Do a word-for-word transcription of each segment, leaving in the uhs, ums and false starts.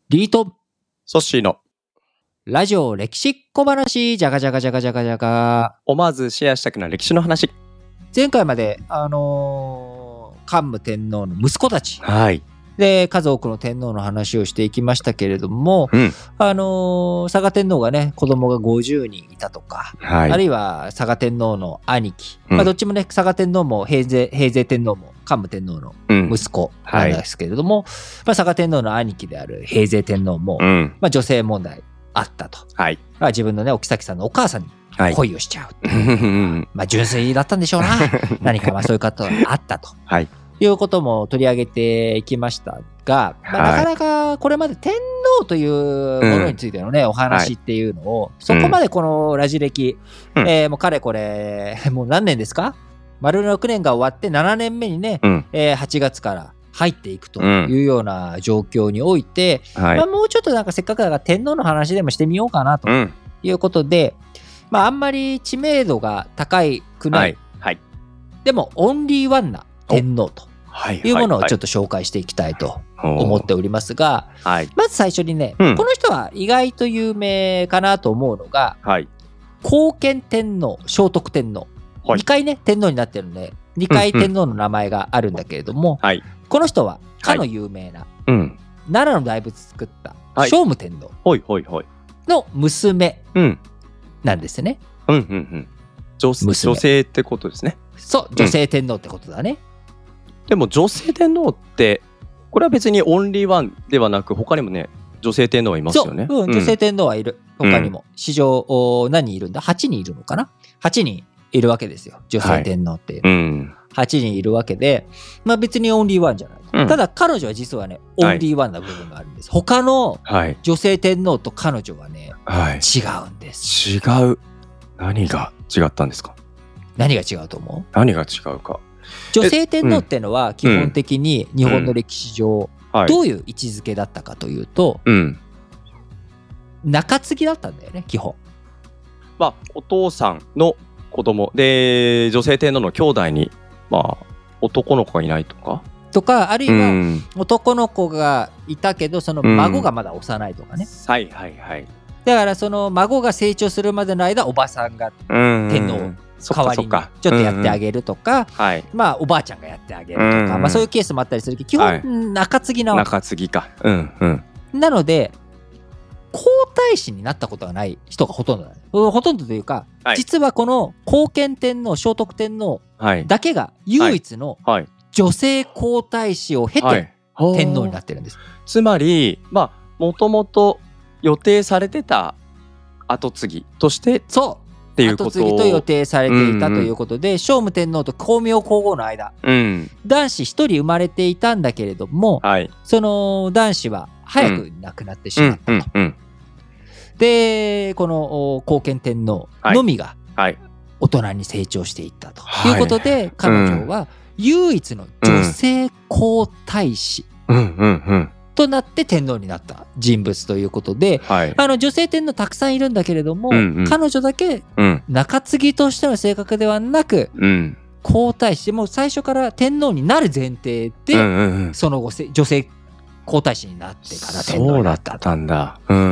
リートソッシーのラジオ歴史小話じゃがじゃがじゃがじゃがじゃが。 思わずシェアしたくなる歴史の話。 前回まであのー、桓武天皇の息子たちはいで数多くの天皇の話をしていきましたけれども、 うん、 あのー、嵯峨天皇がね子供がごじゅうにんいたとか、 はい、 あるいは嵯峨天皇の兄貴、 うんまあ、どっちもね嵯峨天皇も平城平城天皇も桓武天皇の息子なんですけれども、うんはいまあ、嵯峨天皇の兄貴である平城天皇も、うんまあ、女性問題あったと、はいまあ、自分のねお妃さんのお母さんに恋をしちゃう、はい、まあ純粋だったんでしょうな何かまあそういうことがあったと、はい、いうことも取り上げていきましたが、まあ、なかなかこれまで天皇というものについてのね、うん、お話っていうのを、はい、そこまでこのラジ歴、うんえー、もうかれこれもう何年ですか丸ろくねんが終わってななねんめにね、うんえー、はちがつから入っていくというような状況において、うんまあ、もうちょっとなんかせっかくだから天皇の話でもしてみようかなということで、うんまあ、あんまり知名度が高いくない、はいはい、でもオンリーワンな天皇というものをちょっと紹介していきたいと思っておりますが、はい、まず最初にね、うん、この人は意外と有名かなと思うのが、はい、後見天皇聖徳天皇、はい、にかいね天皇になってるのでにかい天皇の名前があるんだけれども、うんうん、この人はかの有名な、はいうん、奈良の大仏作った聖武天皇の娘なんですね。 うんうんうん、女, 女性ってことですね。 そう女性天皇ってことだね。 うん、でも女性天皇ってこれは別にオンリーワンではなく他にもね女性天皇はいますよね。 そう、うん、女性天皇はいる、うん、他にも史上何人いるんだはちにんいるのかなはちにんいるわけですよ女性天皇っていう、はいうん、はちにんいるわけで、まあ、別にオンリーワンじゃない、うん、ただ彼女は実はねオンリーワンな部分があるんです、はい、他の女性天皇と彼女はね、はい、違うんです。 違う。何が違ったんですか？ 何が違うと思う？ 何が違うか。 女性天皇ってのは基本的に日本の歴史上どういう位置づけだったかというと、うん、中継ぎだったんだよね基本。 まあお父さんの子供で女性天皇の兄弟にまあ男の子がいないとかとかあるいは男の子がいたけどその孫がまだ幼いとかね、 うん、はいはいはいだからその孫が成長するまでの間おばさんが天皇代わりにちょっとやってあげるとか、うんうん、まあおばあちゃんがやってあげるとか、うんうん、まあそういうケースもあったりするけど基本中継ぎなわけ、 はい、中継ぎか、うんうん、 なので皇太子になったことがない人がほとんどだ、ね、ほとんどというか、はい、実はこの後見天皇聖徳天皇だけが唯一の女性皇太子を経て天皇になってるんです、はいはい、 つまりまあもともと予定されてた後継ぎとしてそうっていうこと後継ぎと予定されていたということで、うんうん、聖武天皇と光明皇后の間、うん、男子一人生まれていたんだけれども、はい、その男子は早く亡くなってしまったと、うんうんうんうん、でこの後見天皇のみが大人に成長していったということで、はい、彼女は唯一の女性皇太子、うんうんうんうんとなって天皇になった人物ということで、はい、あの女性天皇たくさんいるんだけれども、うんうん、彼女だけ中継ぎとしての性格ではなく、うん、皇太子もう最初から天皇になる前提で、うんうんうん、その後女性皇太子になってから天皇になったと。 そうだったんだ、うん、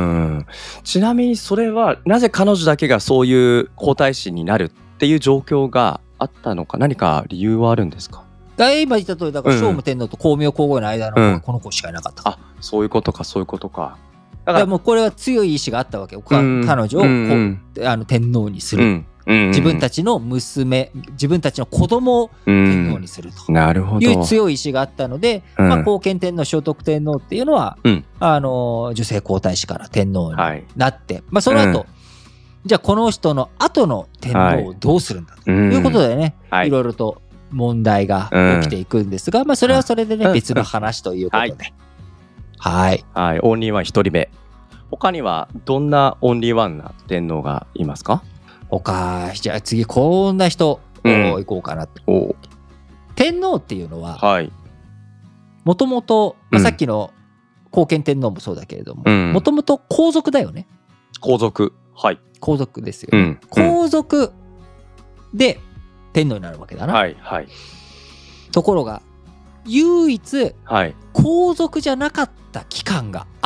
ちなみにそれはなぜ彼女だけがそういう皇太子になるっていう状況があったのか何か理由はあるんですか？ 今言った通りだから聖武天皇と光明皇后の間の子がこの子しかいなかった、 うん、あそういうことかそういうことか。 だからもうこれは強い意志があったわけよ、うん、彼女を、うんうん、あの天皇にする、うんうん、自分たちの娘自分たちの子供を天皇にするという強い意志があったので、うんまあ、後見天皇聖徳天皇っていうのは、うん、あの女性皇太子から天皇になって、はいまあ、その後、うん、じゃあこの人の後の天皇をどうするんだということでね、はい、いろいろと問題が起きていくんですが、うんまあ、それはそれでね、うん、別の話ということで、はい、 はい、オンリーワンひとりめ。他にはどんなオンリーワンな天皇がいますか？ 他じゃあ次こんな人、うん、いこうかなと。お天皇っていうのはもともとさっきの後見天皇もそうだけれどももともと皇族だよね。 皇族、はい、 皇族ですよ、ねうん、皇族で天皇になるわけだな、はいはい、ところが唯一、はい、皇族じゃなかった期間があっ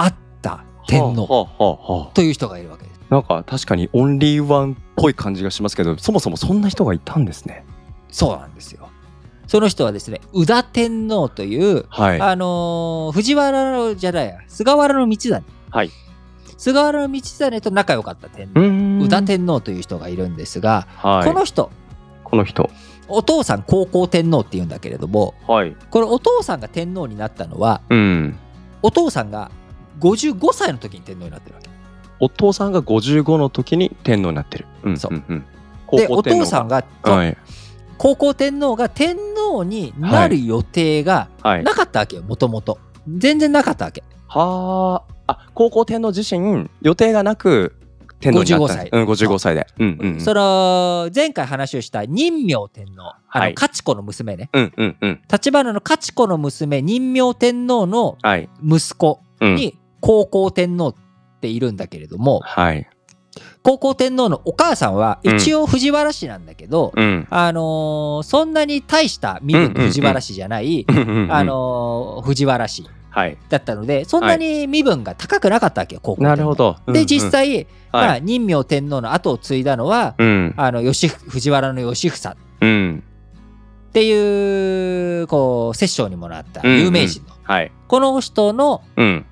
った天皇という人がいるわけです。 なんか確かにオンリーワンっぽい感じがしますけど、そもそもそんな人がいたんですね。 そうなんですよ。その人はですね、宇田天皇という、はい、あのー、藤原じゃないや菅原道真、はい、菅原道真と仲良かった天皇、宇田天皇という人がいるんですが、はい、この人この人お父さん高校天皇っていうんだけれども、はい、これお父さんが天皇になったのは、うん、お父さんがごじゅうごさいの時に天皇になってるわけ。 お父さんがごじゅうごの時に天皇になってる、うん、そう、うんうん、 でお父さんが、はい、高校天皇が天皇になる予定がなかったわけよ、もともと全然なかったわけ。 はあ、高校天皇自身予定がなく天皇になった。ごじゅうごさい、うん、ごじゅうごさいで、うんうんうん、 その前回話をした仁明天皇、あの勝子の娘ね、うんうんうん、立花の勝子の娘仁明天皇の息子に高校天皇っているんだけれども、はい、高校天皇のお母さんは一応藤原氏なんだけど、うん、あのー、そんなに大した身分の藤原氏じゃない、あのー、藤原氏だったので、そんなに身分が高くなかったわけよ、高校天皇。なるほど。で実際、うんまあ、仁明天皇の後を継いだのは、うん、あの吉藤原義房、うん、っていうこう摂政にもなった有名人の、うんうんはい、この人の、うん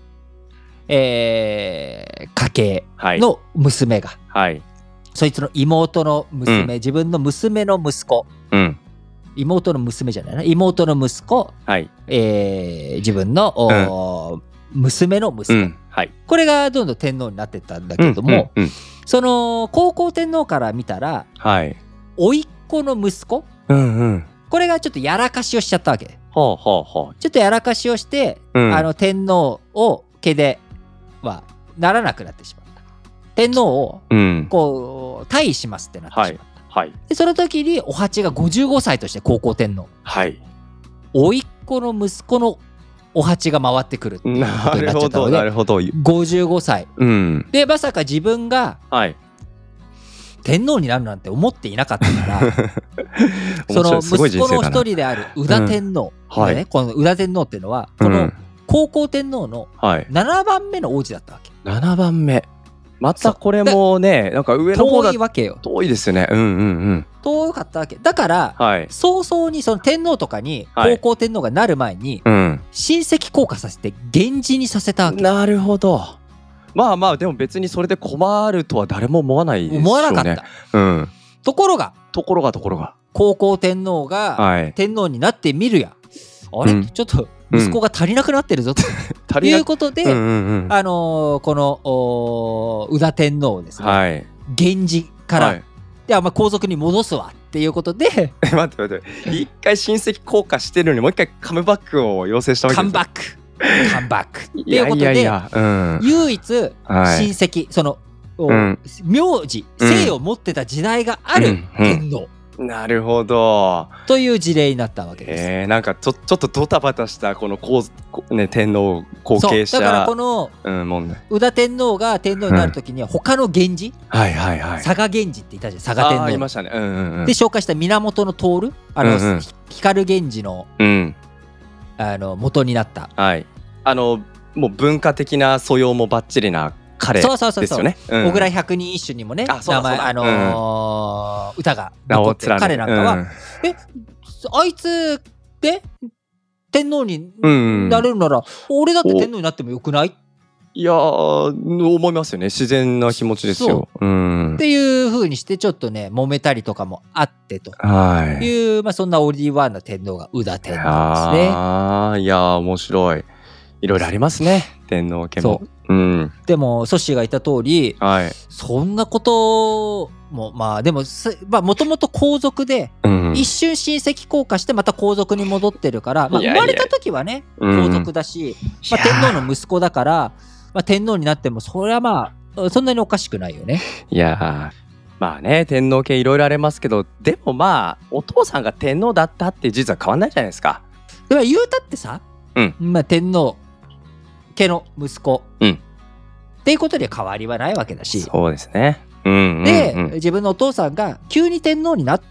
えー、家系の娘が、はい、そいつの妹の娘、うん、自分の娘の息子、うん、妹の娘じゃないな妹の息子、はいえー、自分の、うん、娘の息子、うんはい、これがどんどん天皇になっていったんだけれども、うんうんうん、その高校天皇から見たら、はい、甥っ子の息子、うんうん、これがちょっとやらかしをしちゃったわけ、ほうほうほうちょっとやらかしをして、うん、あの天皇を家ではならなくなってしまった。天皇をこう退位しますってなってしまった、はいはい、でその時にお鉢がごじゅうごさいとして高校天皇、はい、甥っ子の息子のお鉢が回ってくるっていうことになっちゃったので、なるほどなるほどごじゅうごさい、うん、でまさか自分が天皇になるなんて思っていなかったからその息子の一人である宇田天皇、うんはいね、この宇田天皇っていうのはこの高校天皇のななばんめの王子だったわけ、 ななばんめまたこれもねなんか上の方だ遠いわけよ。 遠いですよね。うんうんうん遠かったわけだから、はい、早々にその天皇とかに高校天皇がなる前に、はいうん、親戚降下させて源氏にさせたわけ。 なるほど。まあまあでも別にそれで困るとは誰も思わないでしょうね。思わなかった、うん、 ところがところがところが高校天皇が天皇になってみるや、はい、あれ、うん、ちょっと息子が足りなくなってるぞと、うん、いうことで、うんうんうん、あのー、この宇田天皇をですね、はい、源氏から、はい、で、まあ、皇族に戻すわっていうことで待って待って一回親戚降下してるのにもう一回カムバックを要請したわけです。 カムバックカムバックっていうことでいやいやいや、うん、唯一親戚、はい、その、うん、名字姓を持ってた時代がある天皇、うんうんなるほどという事例になったわけです。 えー、なんかちょ、ちょっとドタバタしたこのこう、ね、天皇後継者だからこの、うん、問題宇田天皇が天皇になるときには他の源氏、うんはいはいはい、佐賀源氏っていたじゃん佐賀天皇いましたね、うんうんうん、 で紹介した源の徹あの、うんうん、光源氏の、うん、あの元になった、 はい、あのもう文化的な素養もバッチリな彼ですよね。そうそうそうそう、 うん、小倉百人一首にもね名前あのーうん、歌が残ってる彼なんかは、うん、えあいつで天皇になれるなら、うん、俺だって天皇になってもよくない？ いや思いますよね。自然な気持ちですよ。 うん、っていう風にしてちょっとね揉めたりとかもあってという、まあ、そんなオリーワンな天皇が宇田天皇ですね。 ああいや面白い。いろいろありますね天皇家も。 うん、でもソッシーが言った通り、はい、そんなこともまあでももともと皇族で、うん、一瞬親戚降下してまた皇族に戻ってるから、まあ、生まれた時はね皇族だし、まあ、天皇の息子だから、まあ、天皇になってもそれはまあそんなにおかしくないよね。 いやまあね天皇家いろいろありますけどでもまあお父さんが天皇だったって事実は変わんないじゃないですか。 でも言うたってさ、うんまあ、天皇家の息子、うん、っていうことには変わりはないわけだし。 そうですね、うんうんうん、 で自分のお父さんが急に天皇になっ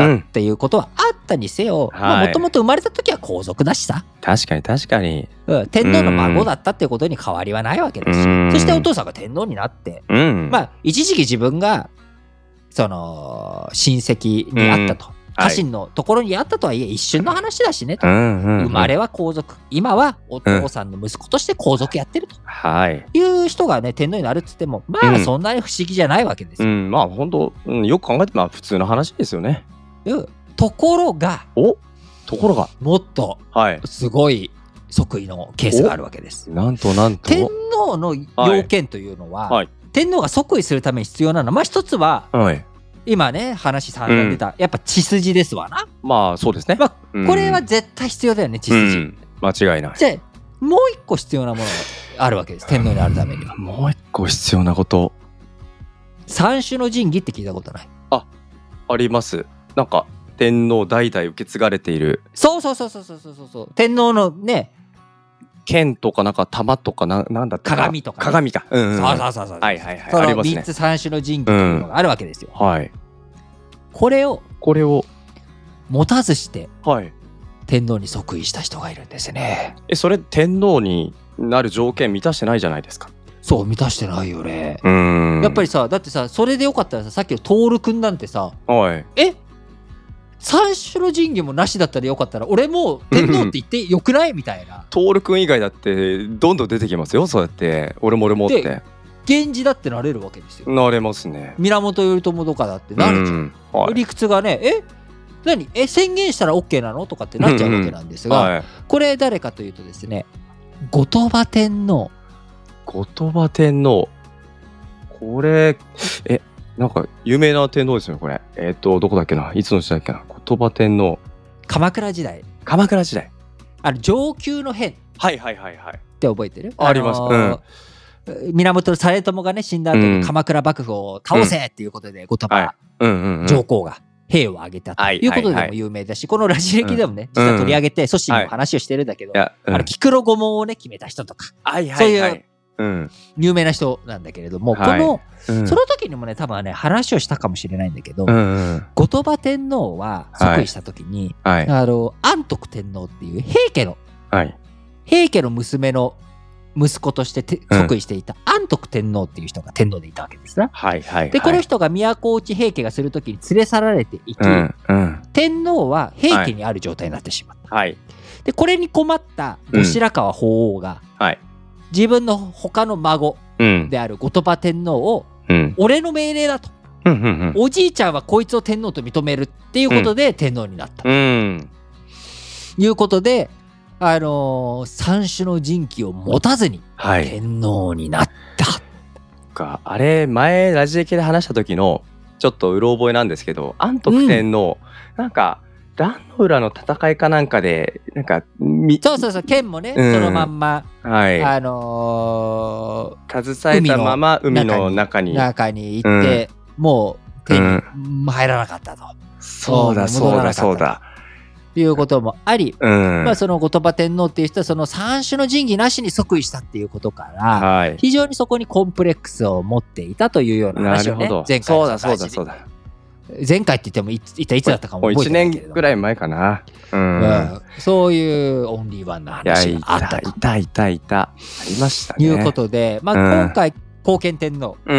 ったっていうことはあったにせよ、もともと生まれた時は皇族だしさ。 確かに確かに、 うん、天皇の孫だったっていうことに変わりはないわけだし、そしてお父さんが天皇になって、うん、まあ一時期自分がその親戚にあったと、うん、家臣のところにあったとはいえ一瞬の話だしねと、うんうんうん、生まれは皇族、今はお父さんの息子として皇族やってると、うん、いう人がね天皇になるっつってもまあそんなに不思議じゃないわけですよ、うんうん、まあ本当、うん、よく考えてまあ普通の話ですよね。 うん、ところがおところがもっとすごい即位のケースがあるわけです。 なんとなんと天皇の要件というのは、はいはい、天皇が即位するために必要なのはまあ一つは、はい、今ね話されてた、うん、やっぱ血筋ですわな。 まあそうですね、 まあ、これは絶対必要だよね、血筋、うん、 間違いない。 じゃあもう一個必要なものがあるわけです、天皇にあるためには。 もう一個必要なこと、 三種の神器って聞いたことない？ あ、あります。なんか天皇代々受け継がれている、 そうそうそうそうそうそうそう、天皇のね剣とかなんか玉とかな、なんだったか鏡とか、ね、 鏡か、うんうん、 そうそうそうそう、 はいはいはい、 そのみっつ三種の神器というのがあるわけですよ、 うん、はい。 これをこれを持たずして、 はい、 天皇に即位した人がいるんですね。 え、それ天皇になる条件満たしてないじゃないですか。 そう、満たしてないよね。うん、やっぱりさ、だってさ、それでよかったらさ、さっきの徹くんなんてさ、はい、え三種の神器もなしだったらよかったら俺もう天皇って言ってよくないみたいな。 徹くん以外だってどんどん出てきますよ、そうやって俺も俺もって。 源氏だってなれるわけですよ。 なれますね。 源頼朝とかだってなれちゃう、うんはい、理屈がね、え何え宣言したら OK なのとかってなっちゃうわけなんですが、うんうんはい、これ誰かというとですね、後鳥羽天皇。 後鳥羽天皇、これえなんか有名な天皇ですよねこれ。えっ、ー、とどこだっけな、いつの時代だっけな、後鳥羽天皇。 鎌倉時代。 鎌倉時代。 あの承久の変。 はいはいはいはい。 って覚えてる？ あります。うん。 源実朝がね死んだ後に鎌倉幕府を倒せっていうことで、うん、後鳥羽上皇が兵を挙げたということでも有名だし、このラジ歴でもね、実は取り上げて、祖師にも話をしてるんだけど、あの菊の御門をね決めた人とか、そういう有名な人なんだけれども、このその時にもね多分ね話をしたかもしれないんだけど、後鳥羽天皇は即位した時に、あの安徳天皇っていう平家の平家の娘の息子として即位していた安徳天皇っていう人が天皇でいたわけですな。はいはいはい、でこの人が都落ち平家がするときに連れ去られていき、うんうん、天皇は平家にある状態になってしまった。はい、でこれに困った後白河法皇が、うんはい、自分の他の孫である後鳥羽天皇を、うん、俺の命令だと、うんうんうん、おじいちゃんはこいつを天皇と認めるっていうことで天皇になった、うん、いうことで。あのー、三種の神器を持たずに天皇になった、はい、 かあれ前ラジエケで話した時のちょっとうろ覚えなんですけど、安徳天皇、うん、なんか壇ノ浦の戦いかなんかでなんかそうそうそう剣もね、うん、そのまんま、はい、あのー、携えたまま海の中に中に行って、うん、もう手に入らなかったと、うん、 そうだそうだそうだいうこともあり、うん、まあその後鳥羽天皇っていう人はその三種の神器なしに即位したっていうことから、はい、非常にそこにコンプレックスを持っていたというような話をね、前回そうだそうだそうだ前回って言ってもいついつだったかも覚えてないけど、いちねんぐらい前かな、うんうん、 そういうオンリーワンな話があったといたいたいたありましたね。 いうことで、まあ、今回後見天皇、うん、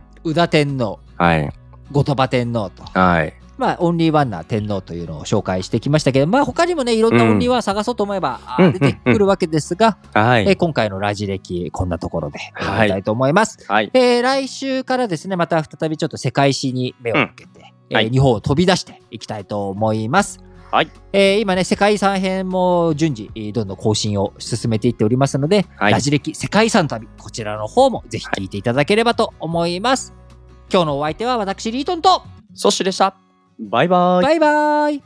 宇田天皇、はい、後鳥羽天皇と。はいまあ、オンリーワンな天皇というのを紹介してきましたけど、まあ、他にもねいろんなオンリーワン探そうと思えば、うん、出てくるわけですが、うんうんうんえー、今回のラジ歴こんなところで終わりたいと思います、はいえー、来週からですねまた再びちょっと世界史に目を向けて、うんはいえー、日本を飛び出していきたいと思います。はいえー、今ね世界遺産編も順次どんどん更新を進めていっておりますので、はい、ラジ歴世界遺産旅こちらの方もぜひ聞いていただければと思います、はい、今日のお相手は私リートンとソッシーでした。バイバイ。 バイバイ。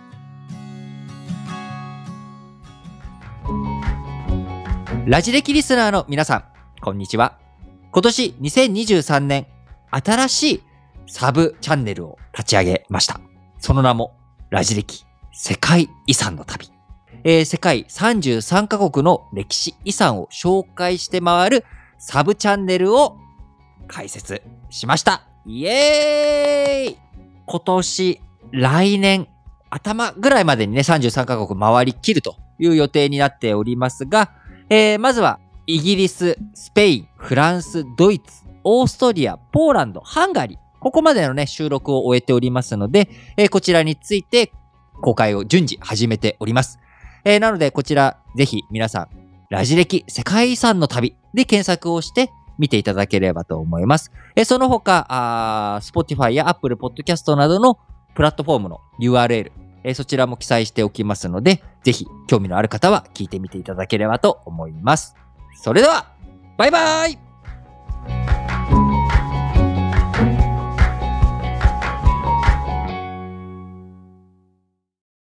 ラジ歴リスナーの皆さん、こんにちは。今年にせんにじゅうさんねん、新しいサブチャンネルを立ち上げました。その名も、ラジ歴世界遺産の旅。えー、世界さんじゅうさんカ国の歴史遺産を紹介して回るサブチャンネルを開設しました。イエーイ！今年来年頭ぐらいまでにね、さんじゅうさんカ国回りきるという予定になっておりますが、えー、まずはイギリス、スペイン、フランス、ドイツ、オーストリア、ポーランド、ハンガリー、ここまでのね、収録を終えておりますので、えー、こちらについて公開を順次始めております。えー、なので、こちらぜひ皆さん、ラジ歴世界遺産の旅で検索をして見ていただければと思います。えー、その他、あ Spotify や Apple Podcast などのプラットフォームの ユーアールエル、えー、そちらも記載しておきますので、ぜひ興味のある方は聞いてみていただければと思います。それでは、バイバーイ。